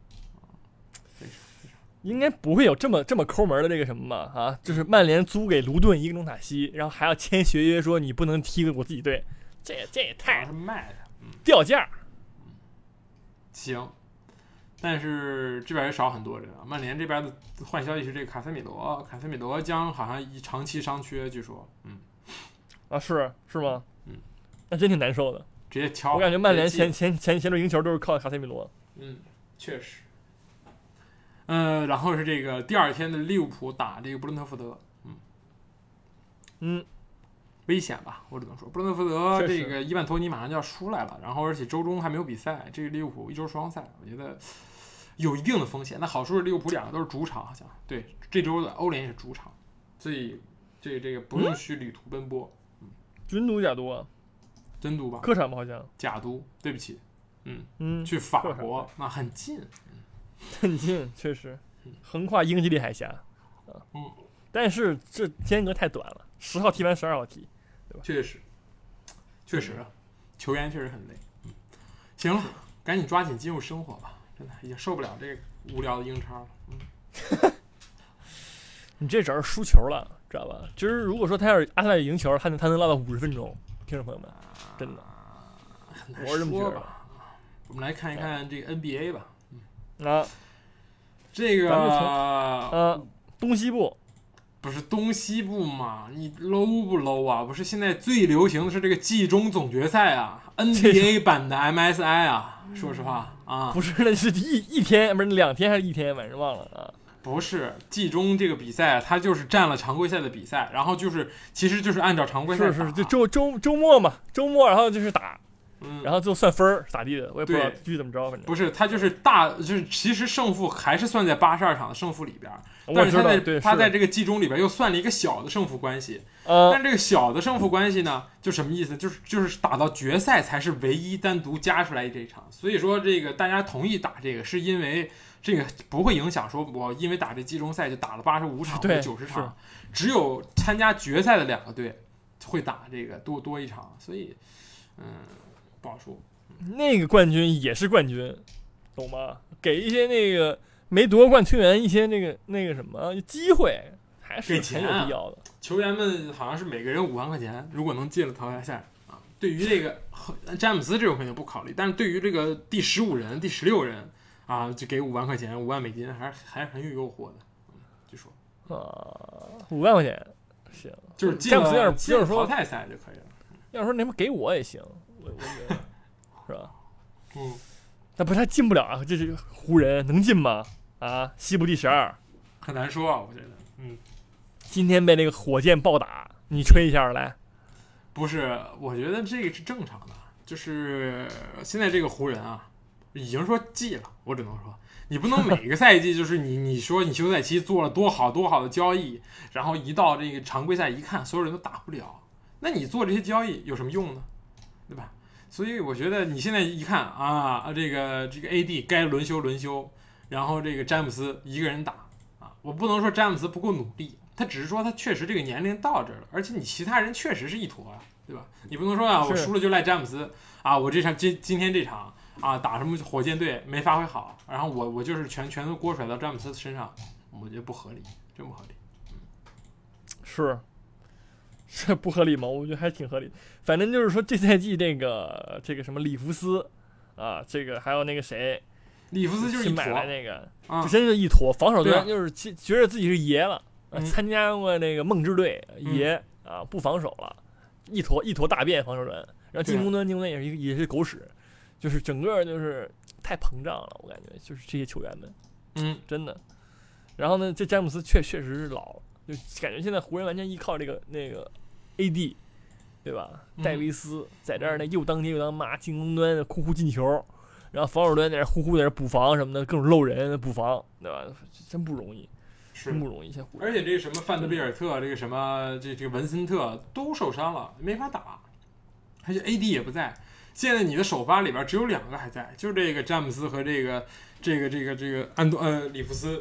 应该不会有这么这么抠门的这个什么吧？啊，就是曼联租给卢顿一个中塔西，然后还要签协约说你不能踢我自己队，这这也太是卖的，嗯， 掉价。 行，但是这边也少很多人啊。曼联这边的坏消息是这个卡塞米罗，卡塞米罗将好像一长期伤缺，据说，嗯， 啊，是是吗？ 嗯， 那真挺难受的。 直接敲。 我感觉曼联前前前前轮赢球都是靠卡塞米罗。 嗯，确实。呃，然后是这个第二天的利物浦打这个布伦特福德，嗯嗯， 危险吧，我只能说，布伦特福德这个伊万托尼马上就要出来了，然后而且周中还没有比赛，这个利物浦一周双赛，我觉得有一定的风险。那好处是利物浦两个都是主场，好像对这周的欧联也是主场，所以这个这个不用去旅途奔波。 嗯，真都假都啊？ 真都吧？ 客场吧，好像。 假都，对不起，嗯嗯， 去法国那很近。 很近，确实，横跨英吉利海峡，啊， 嗯， 但是这间隔太短了，十号踢完十二号踢，对吧？ 确实，确实，球员确实很累。嗯，行了，赶紧抓紧进入生活吧，真的已经受不了这个无聊的英超了。嗯， 你这只是输球了，知道吧？就是如果说他要是阿森纳赢球，他能他能拉到五十分钟，听众朋友们，真的， 很我是这么觉得。 我们来看一看这个 N B A 吧。 啊， 这个呃，东西部不是东西部嘛？你 low 不 low 啊？不是现在最流行的是这个季中总决赛啊 ，N B A 版的 M S I 啊。说实话啊， 不是，那是一一天，不是两天还是一天？晚上忘了啊。 不是季中这个比赛，它就是占了常规赛的比赛，然后就是其实就是按照常规赛打， 是是，就周周周末嘛，周末然后就是打。 嗯， 然后就算分儿咋地的，我也不知道具体怎么着，反正不是，他就是大，就是其实胜负还是算在八十二场的胜负里边，但是他在他在这个季中里边又算了一个小的胜负关系， 呃， 但这个小的胜负关系呢，就什么意思？就是就是打到决赛才是唯一单独加出来这一场，所以说这个大家同意打这个，是因为这个不会影响说我因为打这季中赛就打了八十五场或者九十场，只有参加决赛的两个队会打这个多多一场，所以嗯不好说。 那个冠军也是冠军，懂吗？给一些那个没夺冠球员一些那个那个什么机会，还是很有必要的。 球员们好像是每个人五万块钱，如果能进了淘汰赛啊。对于这个詹姆斯这种肯定不考虑，但是对于这个第十五人、第十六人啊，就给五万块钱、五万美金，还是还是很有诱惑的。嗯，据说啊，五万块钱行， 就是进了要是进了淘汰赛就可以了。 要是说你们给我也行，我我觉得。是吧？ 嗯， 那不是他进不了啊！这是湖人能进吗？啊，西部第十二， 很难说啊，我觉得。嗯， 今天被那个火箭暴打，你吹一下来？ 不是，我觉得这个是正常的。就是现在这个湖人啊，已经说季了，我只能说，你不能每个赛季就是你你说你休赛期做了多好多好的交易，然后一到这个常规赛一看，所有人都打不了，那你做这些交易有什么用呢？对吧？所以我觉得你现在一看啊，这个这个 A D 该轮休轮休，然后这个詹姆斯一个人打啊，我不能说詹姆斯不够努力，他只是说他确实这个年龄到这儿了，而且你其他人确实是一坨啊，对吧？你不能说啊，我输了就赖詹姆斯啊，我这场今今天这场啊打什么火箭队没发挥好，然后我我就是全全都锅甩到詹姆斯身上，我觉得不合理，真不合理。嗯， 是。这不合理吗？我觉得还挺合理。反正就是说，这赛季这个这个什么里弗斯啊，这个还有那个谁， 里弗斯就是一坨， 买来那个， 啊、 就真是一坨。防守端就是觉得自己是爷了，啊嗯、 参加过那个梦之队爷、嗯、啊，不防守了，一坨一坨大便防守端。然后进攻端进攻端也是一个也是狗屎，就是整个就是太膨胀了，我感觉就是这些球员们， 嗯， 真的。然后呢，这詹姆斯确确实是老了，就感觉现在湖人完全依靠这个那个。A D， 对吧？戴维斯在这儿呢，又当爹又当妈，进攻端呼呼进球，然后防守端在那呼呼在那补防什么的，各种漏人补防，对吧？真不容易，真不容易。现在湖人， 而且这个什么范德比尔特，这个什么这这个文森特都受伤了，没法打，而且 A D 也不在。现在你的首发里边只有两个还在，就是这个詹姆斯和这个这个这个这个安东呃里弗斯。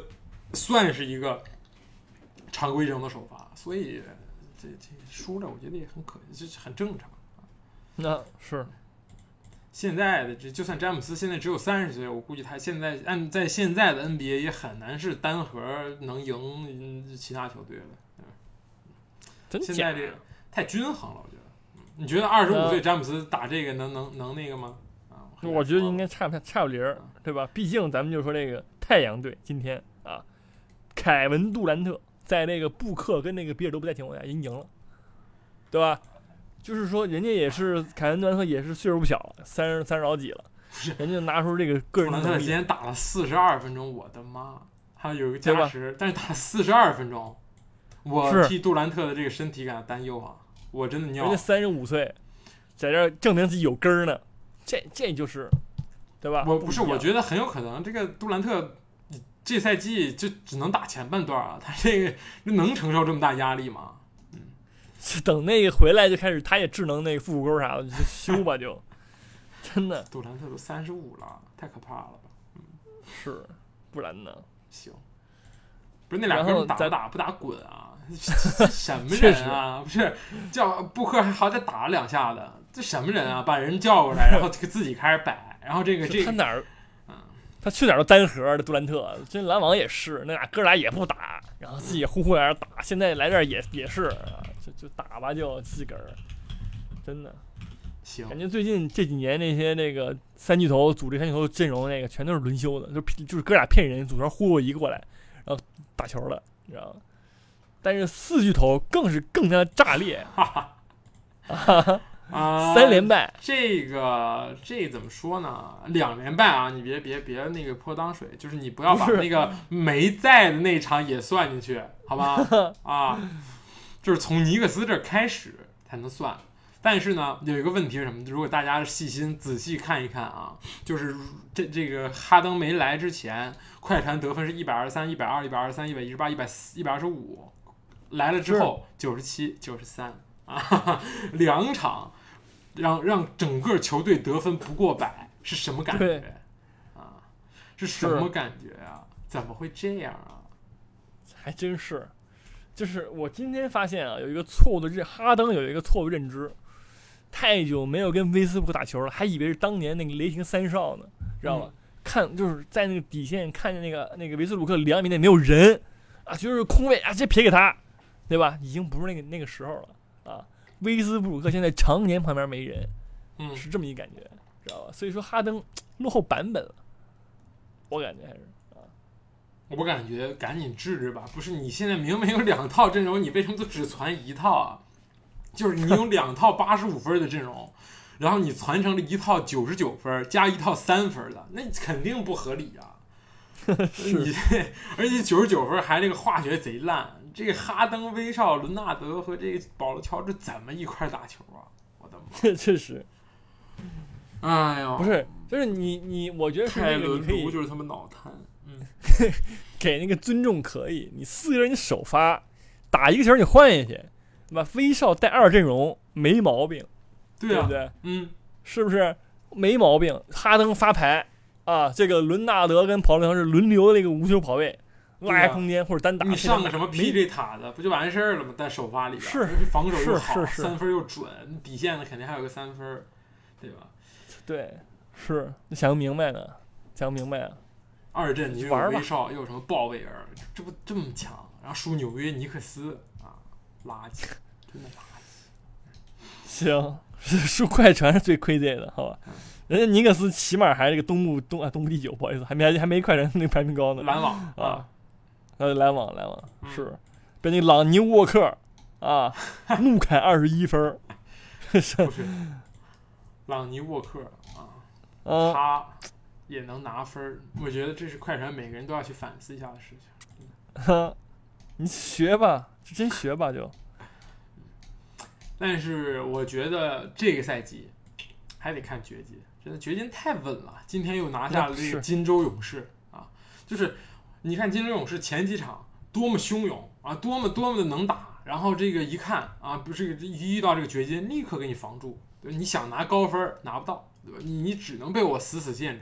算是一个常规中的首发，所以这这输了，我觉得也很可惜，这很正常。 那是现在的这就算詹姆斯现在只有三十岁，我估计他现在按在现在的 N B A 也很难是单核能赢其他球队了。 真假？ 现在这个太均衡了，我觉得。你觉得二十五岁詹姆斯打这个能能能那个吗？啊， 我觉得应该差不差不离儿，对吧？毕竟咱们就说这个太阳队今天啊，凯文杜兰特在那个布克跟那个比尔都不在情况下已经赢了，对吧？就是说人家也是凯文杜兰特也是岁数不小，三十三十好几了，人家拿出这个个人能力。杜兰特今天打了四十二分钟，我的妈！还有一个加时，但是打四十二分钟，我替杜兰特的这个身体感到担忧啊！我真的尿。 人家三十五岁，在这证明自己有根儿呢，这这就是，对吧？ 我不是，我觉得很有可能这个杜兰特这赛季就只能打前半段啊，他这个能承受这么大压力吗？嗯， 等那个回来就开始，他也智能那个腹股沟啥的就修吧就，真的。 杜兰特都三十五了，太可怕了吧？嗯， 是，不然呢？ 行，不是那俩哥们打不打不打滚啊？什么人啊？不是叫布克还好歹打了两下的，这什么人啊？把人叫过来，然后自己开始摆，然后这个这个他哪儿？他去哪儿都单核的杜兰特，这篮网也是，那俩哥俩也不打，然后自己呼呼在那打，现在来这儿也也是啊，就就打吧就自个儿，真的。 行， 感觉最近这几年那些那个三巨头组这三巨头阵容那个全都是轮休的，就就是哥俩骗人，组成忽悠一个过来，然后打球了，你知道吗？但是四巨头更是更加炸裂，哈哈，啊，三连败。 这个这怎么说呢？两连败啊！你别别别那个泼脏水，就是你不要把那个没在的那场也算进去，好吧？啊，就是从尼克斯这开始才能算。但是呢，有一个问题是什么？如果大家细心仔细看一看啊，就是这这个哈登没来之前，快船得分是一百二十三、一百二、一百二十三、一百一十八、一百一百二十五。来了之后九十七、九十三啊，两场让让整个球队得分不过百，是什么感觉啊？是什么感觉啊？怎么会这样啊？ 还真是，就是我今天发现啊，有一个错误的认，哈登有一个错误认知，太久没有跟威斯布鲁克打球了，还以为是当年那个雷霆三少呢，知道吧？嗯、看就是在那个底线看见那个那个威斯布鲁克两米内没有人啊，就是空位啊，直接撇给他。对吧？已经不是那个那个时候了啊！威斯布鲁克现在常年旁边没人， 嗯， 是这么一感觉，知道吧？所以说哈登落后版本了，我感觉还是啊， 我感觉赶紧治治吧！不是你现在明明有两套阵容，你为什么都只传一套啊？就是你有两套八十五分的阵容，然后你传成了一套九十九分加一套三分的，那肯定不合理啊！你而且九十九分还这个化学贼烂。这个哈登、威少、伦纳德和这个保罗·乔治怎么一块打球啊？我的妈！ 这确实， 哎呦， 不是，就是你你，我觉得是那个你可以， 就是他们脑瘫，嗯， 给那个尊重可以，你四个人你首发打一个球你换下去，对吧？威少带二阵容没毛病， 对啊， 对不对？ 嗯， 是不是没毛病？哈登发牌啊，这个伦纳德跟保罗·乔治轮流那个无球跑位。拉开空间或者单打， 你上个什么 P J 塔的不就完事儿了吗？在首发里边， 是防守又好， 是是是三分又准，底线呢肯定还有个三分，对吧？ 对，是你想不明白呢，想不明白啊。 二阵你又有威少，又有什么鲍威尔，这不这么强？然后输纽约尼克斯啊，垃圾，真的垃圾。 行，输快船是最亏这个的，好吧？人家尼克斯起码还是个东部东啊东部第九，不好意思，还没还没快船那个排名高呢。 篮网啊。呃，篮网，篮网、嗯、是被那朗尼沃克啊怒砍二十一分， 不是朗尼沃克啊， 啊他也能拿分，我觉得这是快船每个人都要去反思一下的事情。 哈，你学吧，真学吧就。 但是我觉得这个赛季还得看掘金，真的掘金太稳了，今天又拿下了这个金州勇士啊，就是。你看金州勇士前几场多么汹涌啊，多么多么的能打，然后这个一看啊，不是一遇到这个掘金，立刻给你防住，对，你想拿高分拿不到，对吧？你你只能被我死死限制。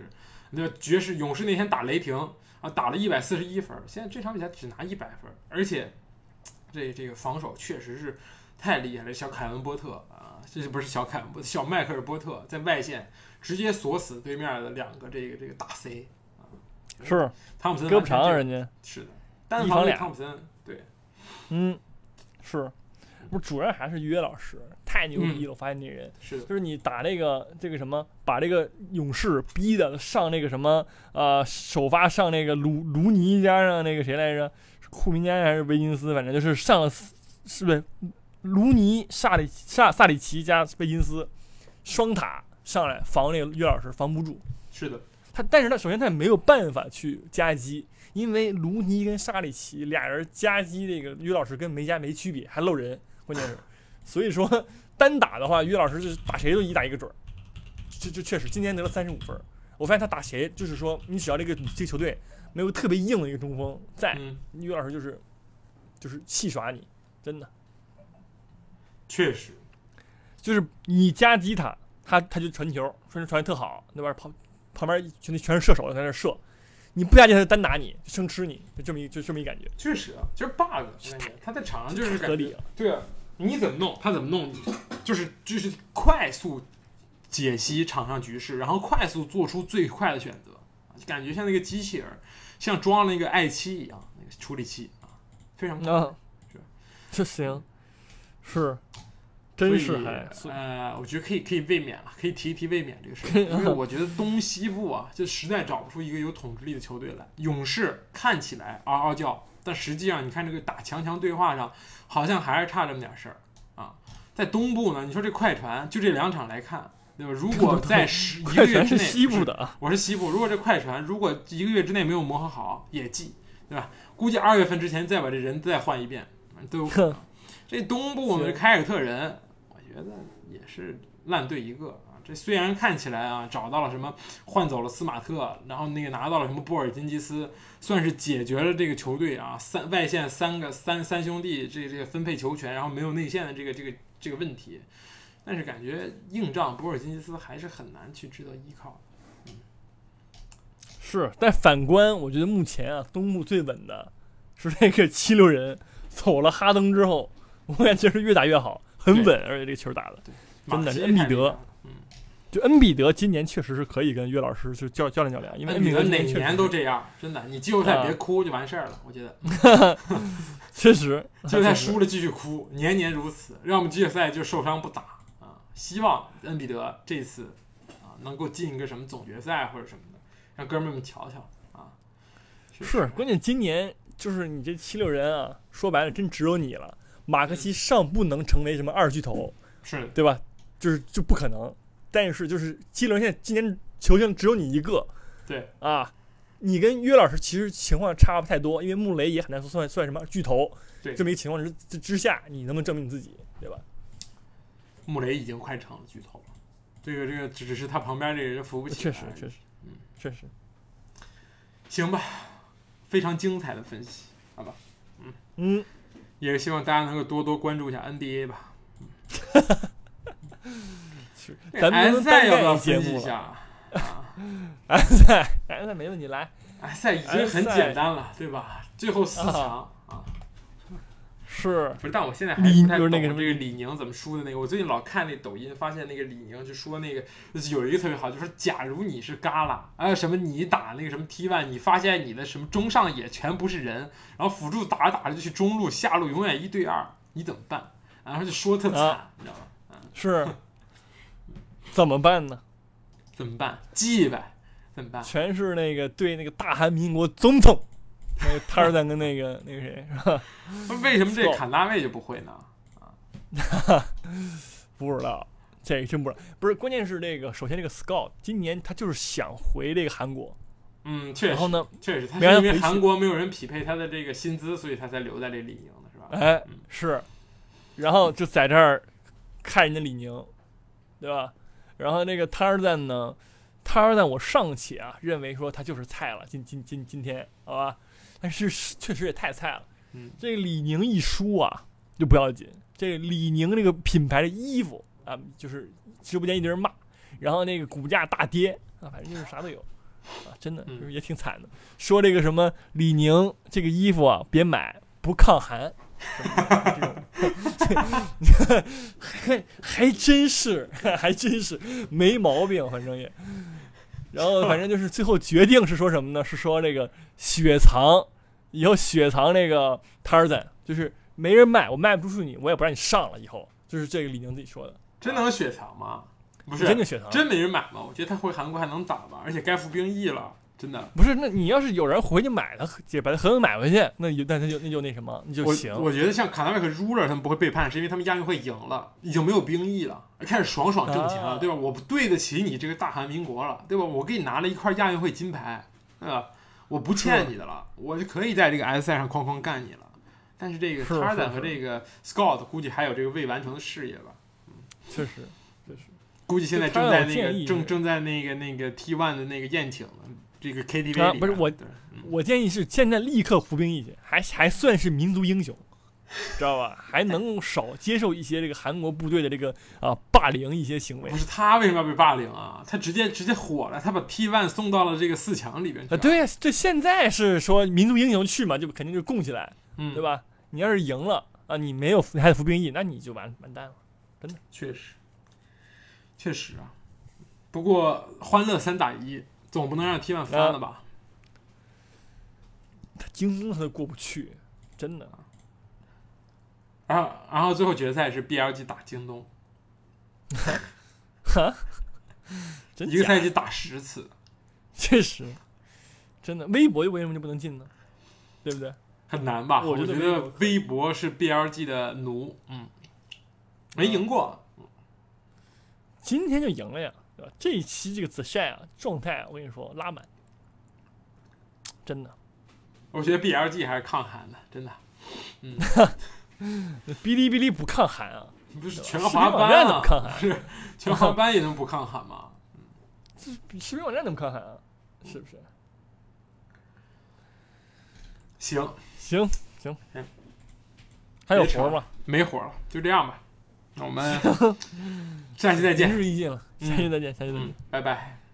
对吧？爵士勇士那天打雷霆啊，打了一百四十一分，现在这场比赛只拿一百分，而且这这个防守确实是太厉害了。小凯文波特啊，这不是小凯文波特，小迈克尔波特在外线直接锁死对面的两个这个这个大 C 啊， 是汤普森胳膊长啊，人家是的，单防俩汤普森，对， 嗯，是。不是，主要还是约老师太牛逼了， 嗯、 我发现那人是的， 就是你打那个这个什么，把这个勇士逼的上那个什么呃首发上那个卢卢尼加上那个谁来着，库明加还是维金斯，反正就是上了是不是卢尼萨里萨萨里奇加维金斯双塔上来防那个约老师防不住， 是的， 他但是他首先他也没有办法去夹击。因为卢尼跟沙里奇俩人夹击这个约老师跟没夹没区别，还漏人，关键是，所以说单打的话，约老师就是打谁都一打一个准儿，这这确实今天得了三十五分。我发现他打谁，就是说你只要这个这个球队没有特别硬的一个中锋在， 嗯、 约老师就是就是戏耍你，真的， 确实， 就是你夹击他，他他就传球，传球传的特好，那边旁旁边全全是射手在那射。你不压进他单打你，生吃你，就这么一就这么一感觉。 确实啊，就是 bug，他在场上就是合理啊。 对啊，你怎么弄，他怎么弄，就是就是快速解析场上局势，然后快速做出最快的选择，感觉像那个机器人，像装了那个 i 七一样，那个处理器啊，非常快。 啊， 是， 这行，是。真是还呃，我觉得可以可以卫冕了，可以提一提卫冕这个事情，因为我觉得东西部啊，就实在找不出一个有统治力的球队来。勇士看起来嗷嗷叫，但实际上你看这个打强强对话上，好像还是差这么点事儿啊。在东部呢，你说这快船就这两场来看，对吧？如果在十一个月之内， 西部的， 我是西部，如果这快船如果一个月之内没有磨合好，也记，对吧？估计二月份之前再把这人再换一遍都有可能。这东部呢，凯尔特人。觉得也是烂队一个啊！这虽然看起来啊找到了什么换走了斯马特，然后那个拿到了什么波尔津吉斯，算是解决了这个球队啊三外线三个三三兄弟这这个分配球权，然后没有内线的这个这个这个问题，但是感觉硬仗波尔津吉斯还是很难去值得依靠。嗯， 是，但反观我觉得目前啊东部最稳的是那个七六人，走了哈登之后，我感觉是越打越好。很稳，而且这个球打的真的是恩比德， 嗯， 就恩比德今年确实是可以跟约老师就教教练较量，因为恩比德哪年都这样，真的，你季后赛别哭就完事儿了，我觉得。 确实， 季后赛输了继续哭，年年如此，让我们季后赛就受伤不打啊！希望恩比德这次啊能够进一个什么总决赛或者什么的，让哥们们瞧瞧啊。 是，是关键今年就是你这七六人啊，说白了真只有你了。马克西尚不能成为什么二巨头， 是对吧？就是就不可能。但是就是七六人现在今年球星只有你一个， 对啊，你跟约老师其实情况差不太多，因为穆雷也很难算算什么巨头。 对， 这么一个情况之之下，你能不能证明你自己，对吧？ 穆雷已经快成了巨头了，这个这个只是他旁边这个人扶不起。 确实，确实， 嗯， 确实。 行吧，非常精彩的分析，好吧，嗯嗯。 也是希望大家能够多多关注一下 N B A 吧。 是， 咱们 S 赛要不要分析一下啊 ？S 赛 ，S 赛没问题，来。 S 赛已经很简单了，对吧？最后四强啊。 是。 不是，但我现在还不太懂那个这个李宁怎么输的那个。我最近老看那抖音，发现那个李宁就说那个有一个特别好，就是假如你是旮旯，还有什么你打那个什么 T 一，你发现你的什么中上野全不是人，然后辅助打着打着就去中路，下路永远一对二，你怎么办？然后就说特惨， 啊、 你知道吗？嗯、 是。怎么办呢？ 怎么办？记呗。怎么办？ 全是那个对那个大韩民国总统。那个塔尔赞跟那个那个谁是吧？ 为什么这坎大卫就不会呢？啊， 不知道，这个真不知道。不是，关键是这个，首先这个 Scott 今年他就是想回这个韩国。 嗯，确实。 然后呢， 确实，他是因为韩国没有人匹配他的这个薪资，所以他才留在这李宁的是吧？ 哎， 嗯、 是。然后就在这儿看人家李宁，对吧？然后那个塔尔赞呢，塔尔赞我尚且啊认为说他就是菜了，今今今今天好吧。但是确实也太菜了， 嗯， 这个李宁一输啊就不要紧，这个李宁这个品牌的衣服啊，就是直播间一堆人骂，然后那个股价大跌啊，反正就是啥都有， 啊，真的嗯就是也挺惨的。说这个什么李宁这个衣服啊，别买，不抗寒。还还真是，还真是没毛病，反正也。然后反正就是最后决定是说什么呢？是说这个雪藏，以后雪藏这个 Tarzan， 就是没人卖，我卖不出去你，我也不让你上了。以后就是这个李宁自己说的。 真能雪藏吗？不是真的雪藏， 真没人买吗？我觉得他回韩国还能打吧，而且该服兵役了。真的不是，那你要是有人回去买它，姐把它狠狠买回去，那就那他就那就那什么，那就行。 我我觉得像卡纳维克、Ruler 他们不会背叛，是因为他们亚运会赢了，已经没有兵役了，开始爽爽挣钱了， 啊、 对吧？我不对得起你这个大韩民国了，对吧？我给你拿了一块亚运会金牌，对吧？我不欠你的了，我就可以在这个 S 赛上哐哐干你了。但是这个 Tarzan 和这个 Scott 估计还有这个未完成的事业吧。 嗯，确实，确实。 估计现在正在那个正正在那个那个 T 一 的那个宴请呢。这个 K T V 里、 啊、不是我、嗯，我建议是现在立刻服兵役去，还还算是民族英雄，知道吧？还能少接受一些这个韩国部队的这个啊霸凌一些行为。 不是他为什么要被霸凌啊？他直接直接火了，他把 T 一 送到了这个四强里边去。 啊，对呀，这现在是说民族英雄去嘛，就肯定就供起来， 嗯， 对吧？你要是赢了啊，你没有还得服兵役，那你就完完蛋了，真的。 确实，确实啊。不过欢乐三打一。总不能让 T 一 翻了吧？ 他京东他都过不去，真的。 然后，然后最后决赛是 B L G 打京东， 哈， 一个赛季打十次， 确实，真的。微博为什么就不能进呢？对不对？ 很难吧？ 我觉得微博是 B L G 的奴，嗯，没赢过， 嗯、今天就赢了呀。这一期这个子晒啊，状态啊，我跟你说拉满，真的。 我觉得 B L G 还是抗寒的，真的。嗯， 哔哩哔哩不抗寒啊？ 不是全华班啊？ 怎么抗寒？ 是全华班也能不抗寒吗？ 这视频网站怎么抗寒啊？是不是？ 行行行，还有活吗？ 没活了，就这样吧。那我们下期再见。 明日一见了，下期再见，下期再见， 拜拜。